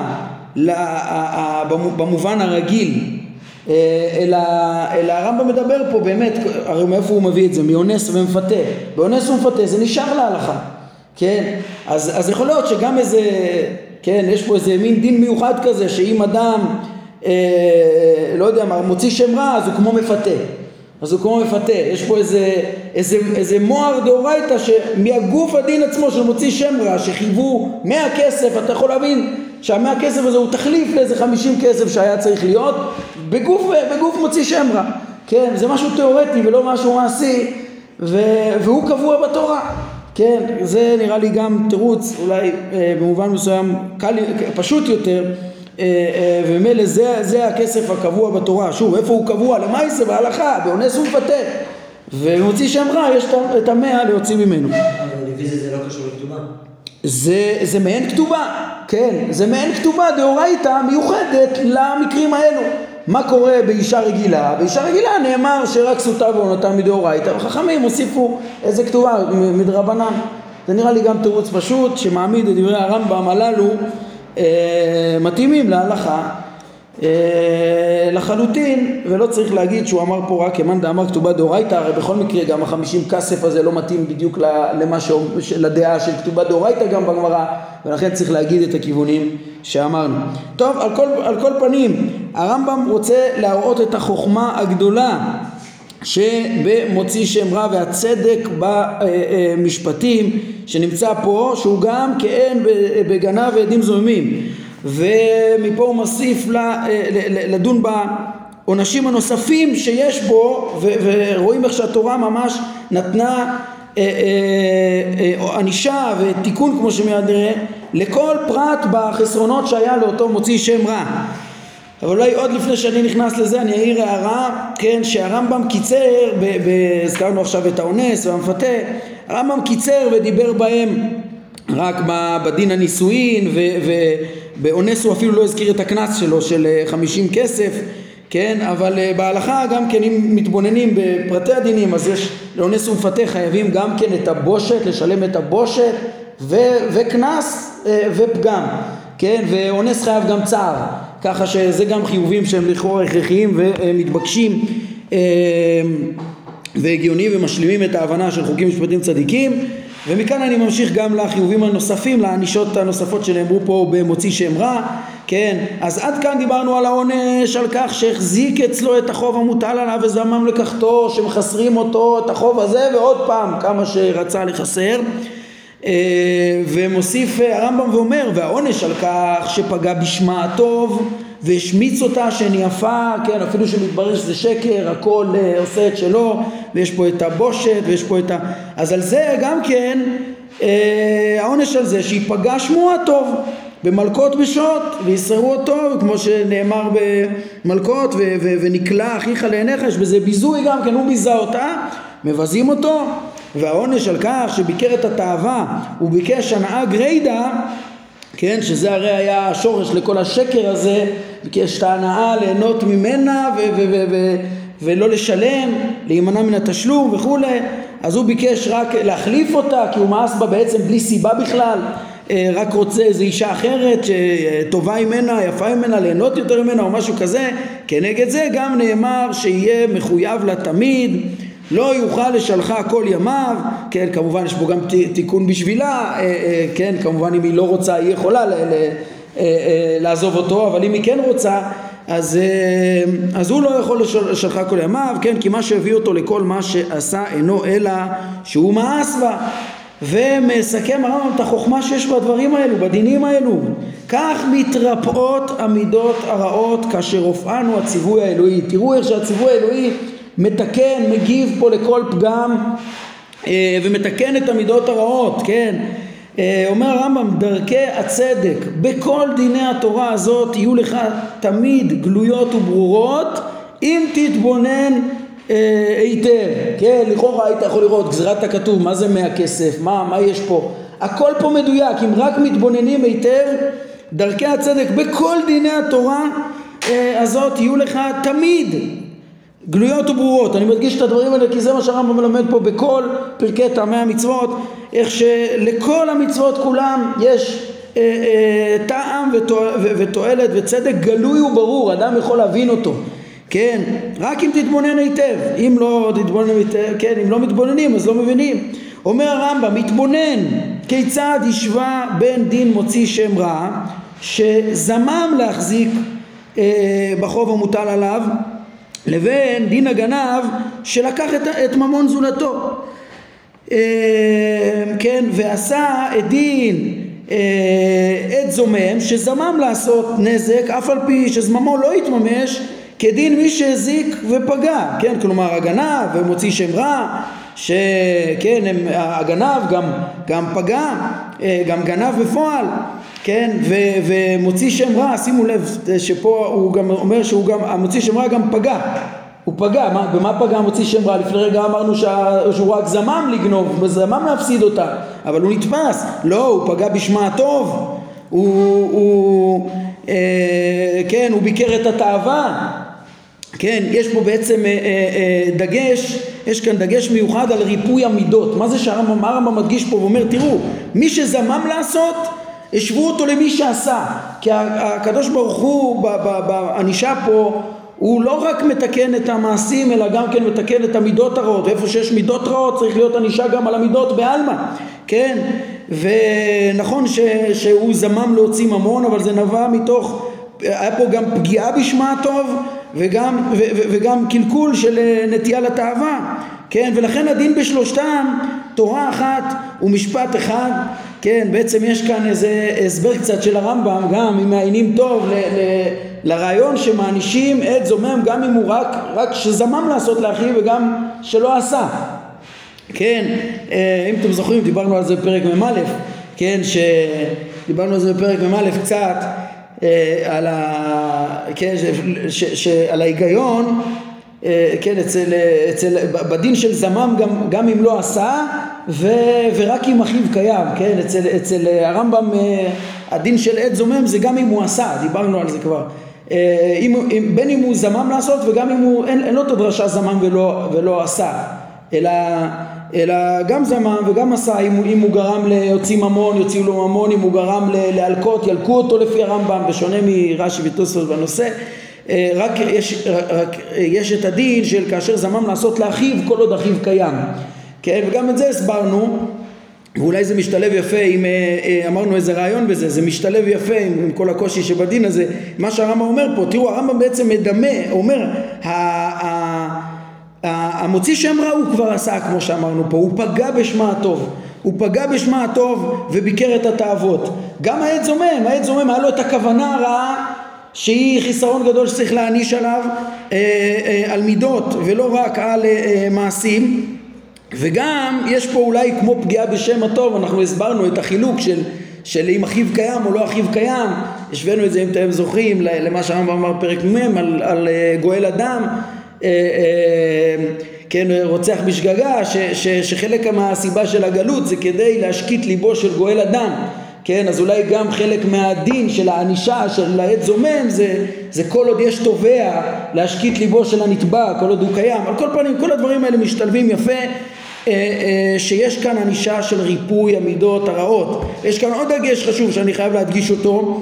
במובן הרגיל, אלא, אלא הרמב"ם מדבר פה באמת, הרי מאיפה הוא מביא את זה? מאונס ומפתה. באונס ומפתה זה נשאר להלכה, כן? אז, אז יכול להיות שגם איזה, כן, יש פה איזה מין דין מיוחד כזה, שאם אדם, אה, לא יודע מה, מוציא שם רע, אז הוא כמו מפתה. אז הוא כמו מפתה. יש פה איזה, איזה, איזה מוהר דאורייתא, שמהגוף הדין עצמו של מוציא שם רע, שחייבו מאה כסף, אתה יכול להבין, שהמאה כסף הזה הוא תחליף לאיזה חמישים כסף שהיה צריך להיות בגוף, בגוף מוציא שם רע. כן, זה משהו תיאורטי ולא משהו מעשי, והוא קבוע בתורה. כן, זה נראה לי גם תירוץ, אולי אה, במובן מסוים קל, פשוט יותר, אה, אה, ומילא זה, זה הכסף הקבוע בתורה. שוב, איפה הוא קבוע? למעשה בהלכה, באונס ומפתה. ומוציא שם רע, יש את המאה להוציא ממנו. אבל לפי זה זה לא קשור לכתובה? זה, זה מעין כתובה, כן, זה מעין כתובה דאורייתא מיוחדת למקרים האלו. מה קורה באישה רגילה? באישה רגילה נאמר שרק סוטה ועונתה מדאורייתא, וחכמים הוסיפו איזה כתובה מדרבנן. זה נראה לי גם תירוץ פשוט שמעמיד את דברי הרמב"ם הללו אה, מתאימים להלכה אה, לחלוטין, ולא צריך להגיד שהוא אמר פה רק כמאן דאמר כתובה דאורייתא. הרי בכל מקרה גם החמישים כסף הזה לא מתאים בדיוק למה ש... לדעה של כתובה דאורייתא גם בגמרא, ולכן צריך להגיד את הכיוונים שאמרנו. טוב, על כל, על כל פנים, הרמב"ם רוצה להראות את החוכמה הגדולה שבמוציא שם רע והצדק במשפטים שנמצא פה, שהוא גם כאין בגנב ועדים זוממים, ומפה הוא מוסיף לדון בעונשים הנוספים שיש בו, ורואים איך שהתורה ממש נתנה ענישה ותיקון, כמו שמיד נראה, לכל פרט בחסרונות שהיה לאותו מוציא שם רע. אבל אולי עוד לפני שאני נכנס לזה אני אעיר הערה, כן, שהרמב"ם קיצר, הזכרנו עכשיו את האונס והמפתה, הרמב"ם קיצר ודיבר בהם רק בדין הנישואין, ובאונס הוא אפילו לא הזכיר את הקנס שלו של חמישים כסף, כן, אבל בהלכה גם כן אם מתבוננים בפרטי הדינים, אז יש לאונס ומפתה חייבים גם כן את הבושת, לשלם את הבושת וקנס ופגם, כן, ואונס חייב גם צער, ככה שזה גם חיובים שהם לכאורה הכרחיים ומתבקשים והגיוניים ומשלימים את ההבנה של חוקים משפטיים צדיקים. ומכאן אני ממשיך גם לחיובים הנוספים, לענישות הנוספות שנאמרו פה במוציא שם רע, כן, אז עד כאן דיברנו על העונש, על כך שהחזיק אצלו את החוב המוטל עליו וזמם לקחתו, שמחסרים אותו את החוב הזה ועוד פעם כמה שרצה לחסר. ומוסיף הרמב"ם ואומר, והעונש על כך שפגע בשמה הטוב והשמיץ אותה שניאפה, כן, אפילו שמתברר שזה שקר, הכל עושה את שלו, ויש פה את הבושת ויש פה את ה... אז על זה גם כן העונש על זה שיפגע שמו הטוב במלכות בשוט ויסרו אותו, כמו שנאמר במלכות, ו- ו- ונקלע אחיך לעיניך, יש בזה ביזוי גם כן, הוא ביזה אותה, מבזים אותו. והעונש על כך שביקר את התאווה וביקש הנאה גרידא, כן, שזה הרי היה השורש לכל השקר הזה, ביקש את ההנאה ליהנות ממנה ו- ו- ו- ו- ולא לשלם, להימנע מן התשלום וכו'. אז הוא ביקש רק להחליף אותה, כי הוא מאס בה בעצם בלי סיבה בכלל, רק רוצה איזו אישה אחרת שטובה ממנה, יפה ממנה, ליהנות יותר ממנה או משהו כזה. כנגד זה גם נאמר שיהיה מחויב לה תמיד, לא יוכל לשלחה כל ימיו, כן, כמובן יש פה גם תיקון בשבילה, כן, כמובן אם היא לא רוצה היא יכולה ל- ל- לעזוב אותו, אבל אם היא כן רוצה אז, אז הוא לא יכול לשלחה כל ימיו, כן, כי מה שהביא אותו לכל מה שעשה אינו אלא שהוא מאס בה. ומסכם הרמב"ם את החוכמה שיש בדברים האלו, בדינים האלו. כך מתרפאות המידות הרעות כאשר הופענו הציווי האלוהי. תראו איך שהציווי האלוהי מתקן, מגיב פה לכל פגם ומתקן את המידות הרעות, כן, אומר הרמב"ם, דרכי הצדק בכל דיני התורה הזאת יהיו לך תמיד גלויות וברורות אם תתבונן היטב. כן, לכאורה היית יכול לראות גזירת הכתוב, מה זה מאה כסף, מה, מה יש פה, הכל פה מדויק. אם רק מתבוננים היטב, דרכי הצדק בכל דיני התורה הזאת יהיו לך תמיד גלויות וברורות. אני מדגיש את הדברים האלה כי זה מה שהרמב"ם מלמד פה בכל פרקי טעמי המצוות, איך שלכל המצוות כולם יש אה, אה, טעם ותועלת וצדק גלוי וברור, אדם יכול להבין אותו. כן, רק אם תתבונן היטב. אם לא תתבונן היטב, כן, אם לא מתבוננים אז לא מבינים. אומר הרמב"ם, מתבונן כיצד ישווה בין דין מוציא שם רע שזמם להחזיק אה, בחוב המוטל עליו לבין דין הגנב שלקח את, את ממון זולתו, אה, כן, ועשה את דין אה, את זומם שזמם לעשות נזק אף על פי שזממו לא יתממש כדין מי שהזיק ופגע. כן, כלומר הגנב ומוציא שם רע שכן, הם, הגנב גם, גם פגע, גם גנב בפועל, כן, ו, ומוציא שם רע, שימו לב שפה הוא גם אומר שהוא גם, המוציא שם רע גם פגע, הוא פגע. מה, במה פגע מוציא שם רע? לפני רגע אמרנו שה, שהוא רק זמם לגנוב, בזמם להפסיד אותה, אבל הוא נתפס. לא, הוא פגע בשמה הטוב, הוא, הוא אה, כן, הוא ביקר את התאווה. כן, יש פה בעצם אה, אה, דגש, יש כאן דגש מיוחד על ריפוי המידות. מה זה שהרמב"ם הרמב"ם מדגיש פה ואומר, תראו, מי שזמם לעשות, השוו אותו למי שעשה. כי הקדוש ברוך הוא בענישה פה, הוא לא רק מתקן את המעשים, אלא גם כן מתקן את המידות הרעות. ואיפה שיש מידות רעות, צריך להיות ענישה גם על המידות בעלמא. כן, ונכון ש, שהוא זמם להוציא ממון, אבל זה נבע מתוך, היה פה גם פגיעה בשמה הטוב, וגם, ו, ו, וגם קלקול של נטייה לתאווה. כן, ולכן הדין בשלושתם, תורה אחת ומשפט אחד. כן, בעצם יש כאן איזה הסבר קצת של הרמב"ם, גם אם מעיינים טוב ל, ל, לרעיון שמענישים את זומם גם אם הוא רק, רק שזמם לעשות לאחיו וגם שלא עשה. כן, אם אתם זוכרים, דיברנו על זה בפרק מ"א, כן, שדיברנו על זה בפרק מ"א קצת, על ה... כן, ש... ש... על ההיגיון, כן, אצל, אצל... בדין של זמם גם, גם אם לא עשה ו... ורק אם אחיו קיים. כן, אצל, אצל הרמב"ם הדין של עת זומם זה גם אם הוא עשה, דיברנו על זה כבר, אם, אם, בין אם הוא זמם לעשות וגם אם הוא, אין, אין לו את הדרשה זמם ולא, ולא עשה, אלא, אלא גם זמם וגם עשה. אם, אם הוא גרם להוציא ממון, יוציאו לו ממון. אם הוא גרם להלקות, ילקו אותו לפי הרמב"ם, בשונה מרש"י ותוספות בנושא. רק יש, רק יש את הדין של כאשר זמם לעשות לאחיו כל עוד אחיו קיים. כן, וגם את זה הסברנו, ואולי זה משתלב יפה עם, אמרנו איזה רעיון בזה, זה משתלב יפה עם, עם כל הקושי שבדין הזה, מה שהרמב"ם אומר פה. תראו, הרמב"ם בעצם מדמה, אומר, ה, ה, המוציא שם רע הוא כבר עשה, כמו שאמרנו פה, הוא פגע בשמה הטוב, הוא פגע בשמה הטוב וביקר את התאוות. גם העד זומם, העד זומם היה לו את הכוונה הרעה שהיא חיסרון גדול שצריך להעניש עליו, אה, אה, על מידות ולא רק על אה, מעשים. וגם יש פה אולי כמו פגיעה בשם הטוב, אנחנו הסברנו את החילוק של, של אם אחיו קיים או לא אחיו קיים, השווינו את זה אם אתם זוכרים למה שהרמב"ם אמר פרק מ' על, על גואל אדם, כן, רוצח בשגגה, ש, ש, שחלק מהסיבה של הגלות זה כדי להשקיט ליבו של גואל אדם. כן, אז אולי גם חלק מהדין של הענישה של העד זומם זה, זה כל עוד יש תובע להשקיט ליבו של הנתבע, כל עוד הוא קיים. על כל פנים, כל הדברים האלה משתלבים יפה, שיש כאן ענישה של ריפוי המידות הרעות. יש כאן עוד דגש חשוב שאני חייב להדגיש אותו,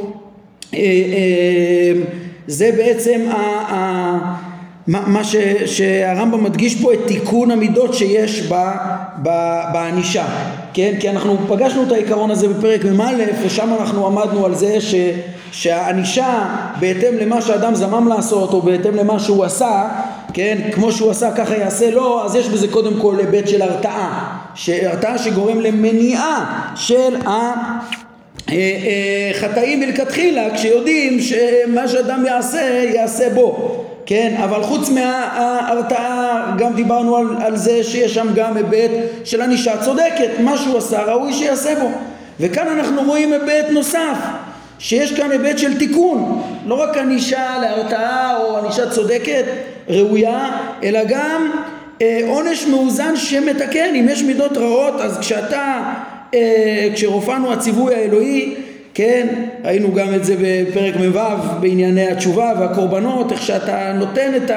זה בעצם ה, ה, מה ש, שהרמב"ם מדגיש פה, את תיקון המידות שיש בענישה. כן, כי אנחנו פגשנו את העיקרון הזה בפרק מ"א, ושם אנחנו עמדנו על זה ש, שהענישה בהתאם למה שאדם זמם לעשות או בהתאם למה שהוא עשה, כן, כמו שהוא עשה ככה יעשה לו, אז יש בזה קודם כל היבט של הרתעה, הרתעה שגורם למניעה של החטאים מלכתחילה, כשיודעים שמה שאדם יעשה יעשה בו. כן, אבל חוץ מההרתעה גם דיברנו על, על זה שיש שם גם היבט של ענישה צודקת, מה שהוא עשה ראוי שיעשה בו. וכאן אנחנו רואים היבט נוסף, שיש כאן היבט של תיקון, לא רק ענישה להרתעה או ענישה צודקת, ראויה, אלא גם אה, עונש מאוזן שמתקן. אם יש מידות רעות, אז כשאתה, אה, כשרופאנו הציווי האלוהי, כן, ראינו גם את זה בפרק מ"ו בענייני התשובה והקורבנות, איך שאתה נותן את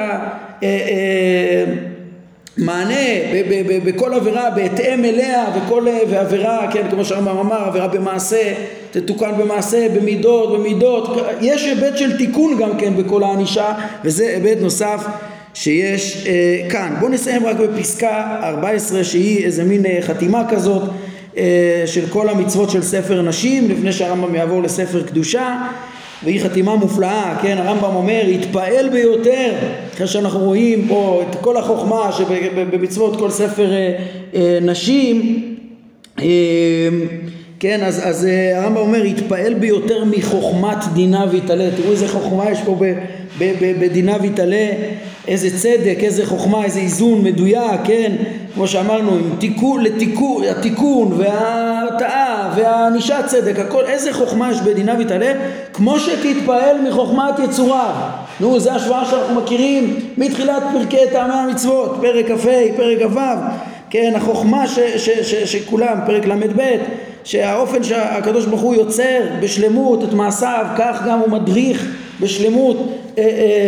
המענה בכל עבירה בהתאם אליה, וכל ועבירה, כן, כמו שהרמב"ם אמר, עבירה במעשה תתוקן במעשה, במידות, במידות. יש היבט של תיקון גם כן בכל הענישה, וזה היבט נוסף שיש אה, כאן. בואו נסיים רק בפסקה ארבע עשרה, שהיא איזה מין אה, חתימה כזאת של כל המצוות של ספר נשים, לפני שהרמב"ם יעבור לספר קדושה, והיא חתימה מופלאה. כן, הרמב"ם אומר, התפעל ביותר, אחרי שאנחנו רואים פה את כל החוכמה שבמצוות כל ספר נשים, כן, אז, אז הרמב"ם אומר, התפעל ביותר מחוכמת דינה ויתעלה. תראו איזה חוכמה יש פה ב, ב, ב, בדינה ויתעלה, איזה צדק, איזה חוכמה, איזה איזון מדויק, כן, כמו שאמרנו, עם תיקון, לתיקון, התיקון וההרתעה והענישת צדק, הכל, איזה חוכמה יש בדינה ויתעלה, כמו שתתפעל מחוכמת יצוריו. נו, זה השוואה שאנחנו מכירים מתחילת פרקי טעמי המצוות, פרק כ"ה, פרק כ"ו, כן, החוכמה ש, ש, ש, שכולם, פרק ל"ב, שהאופן שהקדוש ברוך הוא יוצר בשלמות את מעשיו, כך גם הוא מדריך בשלמות, אה,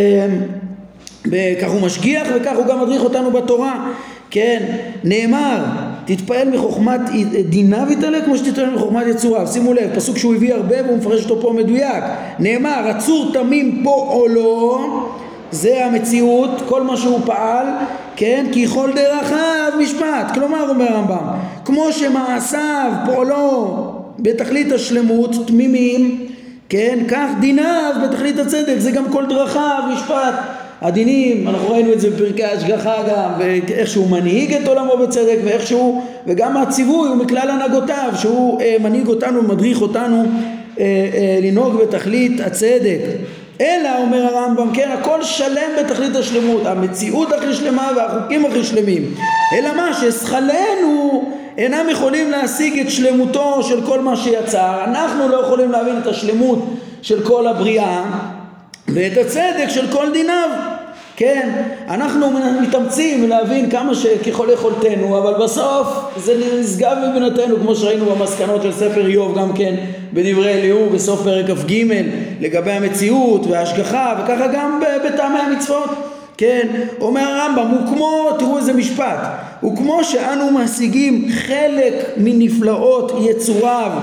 אה, כך הוא משגיח וכך הוא גם מדריך אותנו בתורה. כן, נאמר, תתפעל מחוכמת דינה ויתעלה כמו שתתפעל מחוכמת יצוריו. שימו לב, פסוק שהוא הביא הרבה והוא מפרש אותו פה מדויק. נאמר, הצור תמים פועלו, זה המציאות, כל מה שהוא פעל, כן, כי כל דרכיו משפט. כלומר, אומר הרמב"ם, כמו שמעשיו פועלו בתכלית השלמות, תמימים, כן, כך דיניו בתכלית הצדק, זה גם כל דרכיו משפט. הדינים, אנחנו ראינו את זה בפרקי ההשגחה גם, ואיך שהוא מנהיג את עולמו בצדק, ואיך שהוא, וגם הציווי הוא מכלל הנהגותיו, שהוא אה, מנהיג אותנו, מדריך אותנו אה, אה, לנהוג בתכלית הצדק. אלא, אומר הרמב"ם, כן, הכל שלם בתכלית השלמות, המציאות הכי שלמה והחוקים הכי שלמים. אלא מה, ששכלנו אינם יכולים להשיג את שלמותו של כל מה שיצר, אנחנו לא יכולים להבין את השלמות של כל הבריאה, ואת הצדק של כל דיניו. כן, אנחנו מתאמצים להבין כמה שככל יכולתנו, אבל בסוף זה נשגב מבינתנו, כמו שראינו במסקנות של ספר איוב, גם כן בדברי אליהו בסוף פרק כ"ג, לגבי המציאות וההשגחה, וככה גם בטעמי המצוות. כן, אומר הרמב"ם, הוא כמו, תראו איזה משפט, הוא כמו שאנו משיגים חלק מנפלאות יצוריו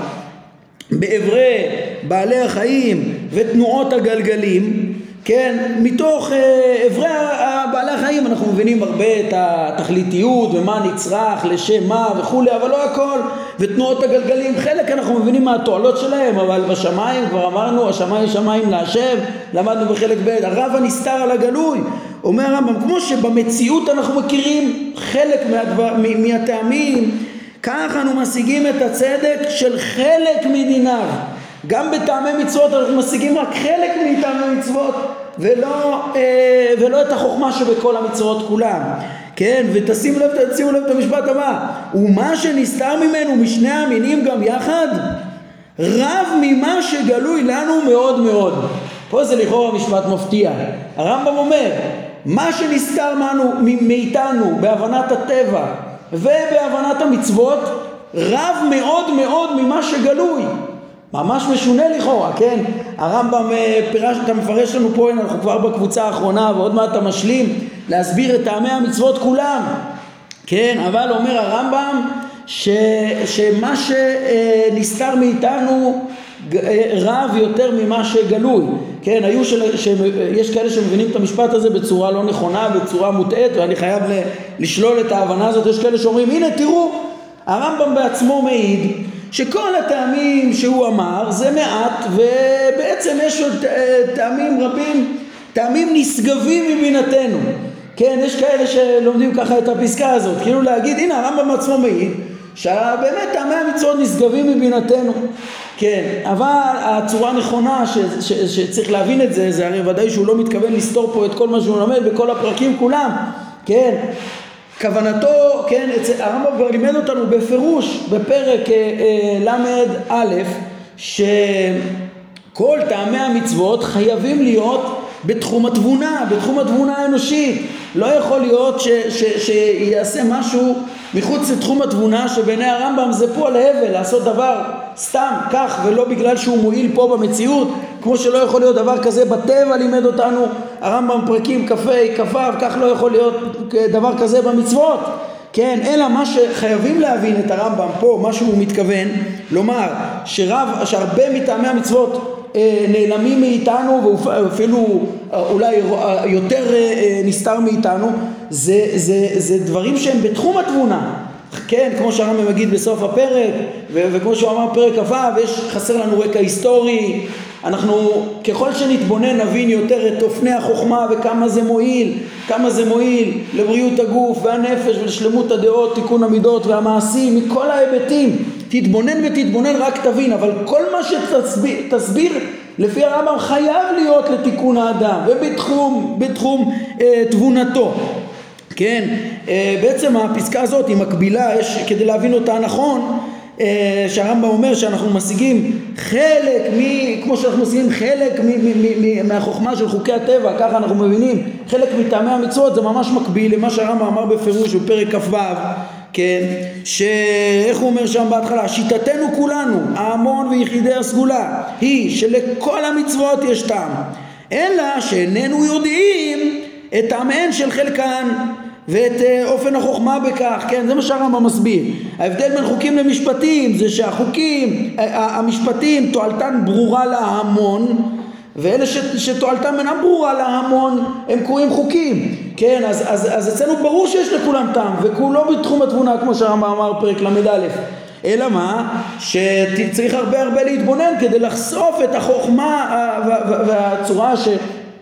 בעברי בעלי החיים ותנועות הגלגלים, כן, מתוך עברי בעלי החיים אנחנו מבינים הרבה את התכליתיות ומה נצרך לשם מה וכולי, אבל לא הכל. ותנועות הגלגלים, חלק אנחנו מבינים מה התועלות שלהם, אבל בשמיים כבר אמרנו, השמיים שמיים להשם, למדנו בחלק ב', הרב הנסתר על הגלוי. אומר הרמב"ם, כמו שבמציאות אנחנו מכירים חלק מהדבר, מהטעמים, כך אנו משיגים את הצדק של חלק מדיניו. גם בטעמי מצוות אנחנו משיגים רק חלק מטעמי מצוות, ולא, אה, ולא את החוכמה שבכל המצוות כולם. כן, ותשימו לב, תשימו לב את המשפט הבא, ומה שנסתר ממנו משני המינים גם יחד, רב ממה שגלוי לנו מאוד מאוד. פה זה לכאורה משפט מפתיע. הרמב"ם אומר, מה שנסתר מאיתנו בהבנת הטבע ובהבנת המצוות, רב מאוד מאוד ממה שגלוי. ממש משונה לכאורה, כן? הרמב"ם פירש, אתה מפרש לנו פה, אנחנו כבר בקבוצה האחרונה ועוד מעט אתה משלים להסביר את טעמי המצוות כולם, כן? אבל אומר הרמב"ם ש, שמה שנסתר מאיתנו רב יותר ממה שגלוי, כן? היו של, ש, יש כאלה שמבינים את המשפט הזה בצורה לא נכונה, בצורה מוטעת, ואני חייב לשלול את ההבנה הזאת. יש כאלה שאומרים, הנה תראו, הרמב"ם בעצמו מעיד שכל הטעמים שהוא אמר זה מעט, ובעצם יש עוד טעמים רבים, טעמים נשגבים מבינתנו. כן, יש כאלה שלומדים ככה את הפסקה הזאת, כאילו להגיד, הנה הרמב"ם עצמו מעיד שבאמת טעמי המצוות נשגבים מבינתנו. כן, אבל הצורה הנכונה ש, ש, שצריך להבין את זה, זה הרי ודאי שהוא לא מתכוון לסתור פה את כל מה שהוא לומד בכל הפרקים כולם. כן, כוונתו, כן, הרמב"ם כבר לימד אותנו בפירוש בפרק למד א', שכל טעמי המצוות חייבים להיות בתחום התבונה, בתחום התבונה האנושית. לא יכול להיות ש, ש, שיעשה משהו מחוץ לתחום התבונה, שבעיני הרמב"ם זה פה על ההבל, לעשות דבר סתם כך ולא בגלל שהוא מועיל פה במציאות, כמו שלא יכול להיות דבר כזה בטבע, לימד אותנו הרמב"ם פרקים כ"ה כ"ו, כך לא יכול להיות דבר כזה במצוות. כן, אלא מה שחייבים להבין את הרמב"ם פה, מה שהוא מתכוון לומר, שרב, שהרבה מטעמי המצוות נעלמים מאיתנו, ואפילו אולי יותר נסתר מאיתנו, זה, זה, זה דברים שהם בתחום התבונה. כן, כמו שהרמב"ם מגיד בסוף הפרק, ו- וכמו שהוא אמר פרק כ"ו, יש חסר לנו רקע היסטורי. אנחנו ככל שנתבונן נבין יותר את אופני החוכמה וכמה זה מועיל, כמה זה מועיל לבריאות הגוף והנפש ולשלמות הדעות, תיקון המידות והמעשים, מכל ההיבטים. תתבונן ותתבונן, רק תבין, אבל כל מה שתסביר לפי הרמב"ם חייב להיות לתיקון האדם ובתחום בתחום אה, תבונתו. כן, אה, בעצם הפסקה הזאת היא מקבילה, יש כדי להבין אותה נכון, אה, שהרמב"ם אומר שאנחנו משיגים חלק, מ, כמו שאנחנו משיגים חלק מ, מ, מ, מ, מהחוכמה של חוקי הטבע, ככה אנחנו מבינים, חלק מטעמי המצוות, זה ממש מקביל למה שהרמב"ם אמר בפירוש בפרק כ"ו, כן, שאיך הוא אומר שם בהתחלה, שיטתנו כולנו, ההמון ויחידי הסגולה, היא שלכל המצוות יש טעם, אלא שאיננו יודעים את טעמיהן של חלקן ואת אופן החוכמה בכך. כן, זה מה שהרמב"ם מסביר. ההבדל בין חוקים למשפטים זה שהחוקים, המשפטים תועלתן ברורה להמון, ואלה שתועלתם אינם ברורה להמון הם קוראים חוקים. כן, אז, אז, אז אצלנו ברור שיש לכולם טעם, וכולו בתחום התבונה, כמו שהרמב"ם אמר פרק למד א'. אלא מה? שצריך הרבה הרבה להתבונן כדי לחשוף את החוכמה והצורה ש...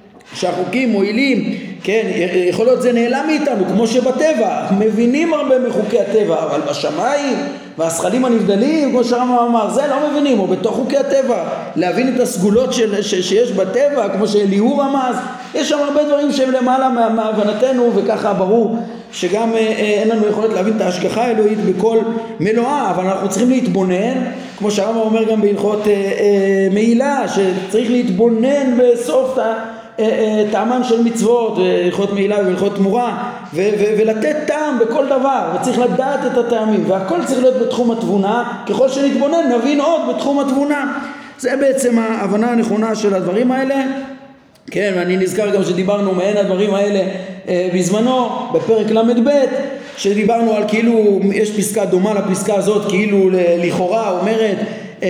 שהחוקים מועילים. כן, יכול להיות זה נעלם מאיתנו, כמו שבטבע מבינים הרבה מחוקי הטבע, אבל בשמיים והשכלים הנבדלים, כמו שהרמב"ם אמר, זה לא מבינים, או בתוך חוקי הטבע להבין את הסגולות של, ש, שיש בטבע, כמו שאליהו רמז. יש שם הרבה דברים שהם למעלה מה, מהבנתנו, וככה ברור שגם אה, אין לנו יכולת להבין את ההשגחה האלוהית בכל מלואה, אבל אנחנו צריכים להתבונן, כמו שהרמב"ם אומר גם בהלכות אה, אה, מעילה, שצריך להתבונן בסוף ה... טעמן של מצוות, הלכות מעילה והלכות תמורה, ו- ו- ולתת טעם בכל דבר, וצריך לדעת את הטעמים, והכל צריך להיות בתחום התבונה. ככל שנתבונן נבין עוד בתחום התבונה. זה בעצם ההבנה הנכונה של הדברים האלה. כן, ואני נזכר גם שדיברנו מעין הדברים האלה אה, בזמנו בפרק למד ב', שדיברנו על כאילו יש פסקה דומה לפסקה הזאת, כאילו לכאורה אומרת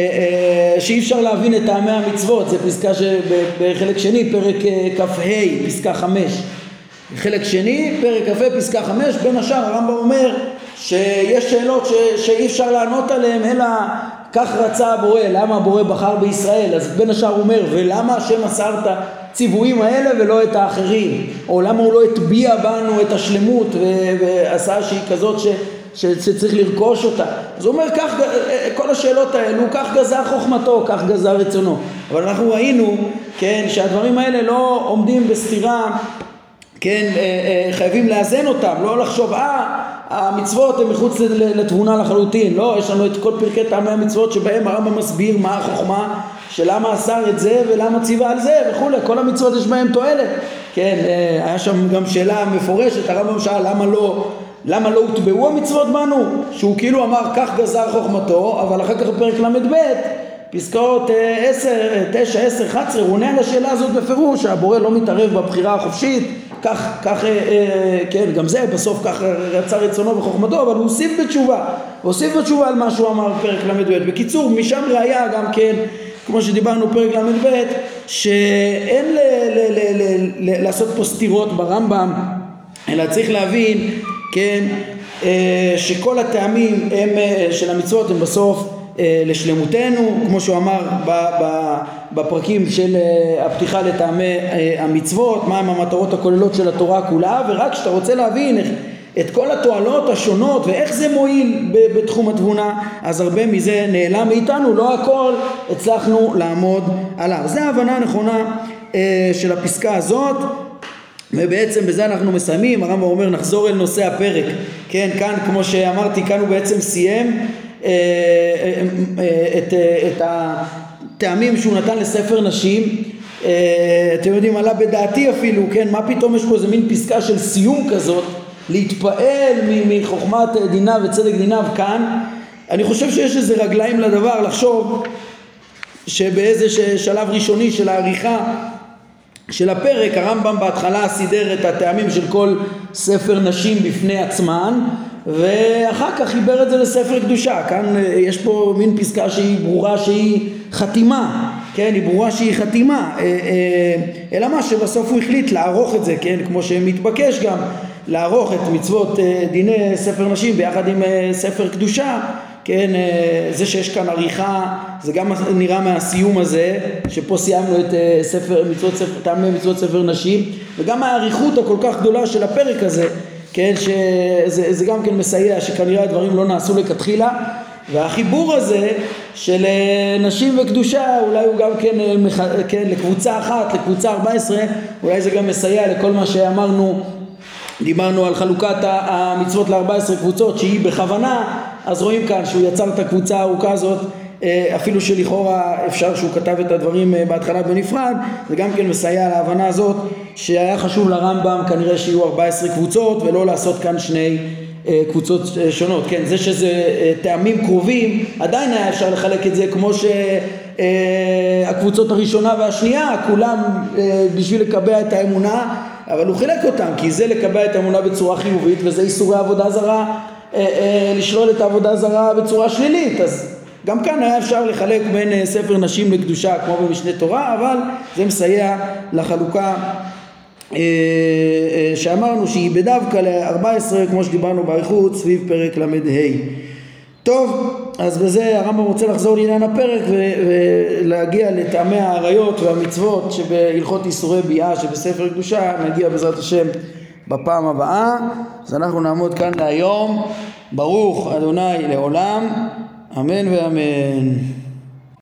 שאי אפשר להבין את טעמי המצוות. זה פסקה שבחלק שני פרק כ"ה פסקה חמש, חלק שני פרק כ"ה פסקה חמש. בין השאר הרמב"ם אומר שיש שאלות ש... שאי אפשר לענות עליהן, אלא כך רצה הבורא. למה הבורא בחר בישראל? אז בין השאר הוא אומר, ולמה השם מסר את הציוויים האלה ולא את האחרים, או למה הוא לא הטביע בנו את השלמות ו... ועשה שהיא כזאת ש... שצריך לרכוש אותה. אז הוא אומר, כך, כל השאלות האלו, כך גזר חוכמתו, כך גזר רצונו. אבל אנחנו ראינו, כן, שהדברים האלה לא עומדים בסתירה, כן, חייבים לאזן אותם, לא לחשוב, אה, המצוות הן מחוץ לתבונה לחלוטין. לא, יש לנו את כל פרקי טעמי המצוות שבהם הרמב"ם מסביר מה החוכמה, שלמה אסר את זה ולמה ציווה על זה וכו'. כל המצוות יש בהם תועלת. כן, היה שם גם שאלה מפורשת, הרמב"ם שאל למה לא למה לא הוטבעו המצוות בנו? שהוא כאילו אמר כך גזר חוכמתו, אבל אחר כך בפרק למד ב' פסקאות עשר, תשע, עשר, אחת עשרה, הוא עונה על השאלה הזאת בפירוש, שהבורא לא מתערב בבחירה החופשית, כך, כך, כן, גם זה בסוף כך רצה רצונו וחוכמתו, אבל הוא הוסיף בתשובה, הוא הוסיף בתשובה על מה שהוא אמר בפרק למד ב'. בקיצור, משם ראיה גם כן, כמו שדיברנו פרק למד ב', שאין ל- ל- ל- ל- ל- לעשות פה סתירות ברמב"ם, אלא צריך להבין, כן, שכל הטעמים הם, של המצוות הם בסוף לשלמותנו, כמו שהוא אמר בפרקים של הפתיחה לטעמי המצוות, מהם המטרות הכוללות של התורה כולה. ורק כשאתה רוצה להבין את כל התועלות השונות ואיך זה מועיל בתחום התבונה, אז הרבה מזה נעלם מאיתנו, לא הכל הצלחנו לעמוד עליו. זו ההבנה הנכונה של הפסקה הזאת. ובעצם בזה אנחנו מסיימים. הרמב"ם אומר נחזור אל נושא הפרק, כן, כאן כמו שאמרתי, כאן הוא בעצם סיים אה, אה, את, אה, את הטעמים שהוא נתן לספר נשים. אה, אתם יודעים, עלה בדעתי אפילו, כן, מה פתאום יש פה איזה מין פסקה של סיום כזאת, להתפעל מחוכמת דיניו וצדק דיניו כאן. אני חושב שיש איזה רגליים לדבר, לחשוב שבאיזה שלב ראשוני של העריכה של הפרק הרמב"ם בהתחלה סידר את הטעמים של כל ספר נשים בפני עצמן, ואחר כך חיבר את זה לספר קדושה. כאן יש פה מין פסקה שהיא ברורה שהיא חתימה, כן, היא ברורה שהיא חתימה, אלא מה שבסוף הוא החליט לערוך את זה, כן, כמו שמתבקש גם לערוך את מצוות דיני ספר נשים ביחד עם ספר קדושה. כן, זה שיש כאן עריכה, זה גם נראה מהסיום הזה, שפה סיימנו את ספר מצוות ספר, טעמי מצוות ספר נשים, וגם העריכות הכל כך גדולה של הפרק הזה, כן, שזה זה גם כן מסייע שכנראה הדברים לא נעשו לכתחילה, והחיבור הזה של נשים וקדושה אולי הוא גם כן, כן לקבוצה אחת, לקבוצה ארבע עשרה, אולי זה גם מסייע לכל מה שאמרנו, דיברנו על חלוקת המצוות ל-ארבע עשרה קבוצות שהיא בכוונה, אז רואים כאן שהוא יצר את הקבוצה הארוכה הזאת, אפילו שלכאורה אפשר שהוא כתב את הדברים בהתחלה בנפרד, זה גם כן מסייע להבנה הזאת שהיה חשוב לרמב"ם כנראה שיהיו ארבע עשרה קבוצות ולא לעשות כאן שני קבוצות שונות. כן, זה שזה טעמים קרובים, עדיין היה אפשר לחלק את זה כמו שהקבוצות הראשונה והשנייה, כולם בשביל לקבע את האמונה, אבל הוא חילק אותם, כי זה לקבע את האמונה בצורה חיובית, וזה איסורי עבודה זרה, לשלול את העבודה זרה בצורה שלילית. אז גם כאן היה אפשר לחלק בין ספר נשים לקדושה כמו במשנה תורה, אבל זה מסייע לחלוקה שאמרנו שהיא בדווקא ל-ארבע עשרה, כמו שדיברנו באריכות סביב פרק למד ה'. טוב, אז בזה הרמב"ם רוצה לחזור לעניין הפרק ולהגיע לטעמי העריות והמצוות שבהלכות איסורי ביאה שבספר קדושה. נגיע בעזרת השם בפעם הבאה. אז אנחנו נעמוד כאן להיום. ברוך אדוני לעולם, אמן ואמן.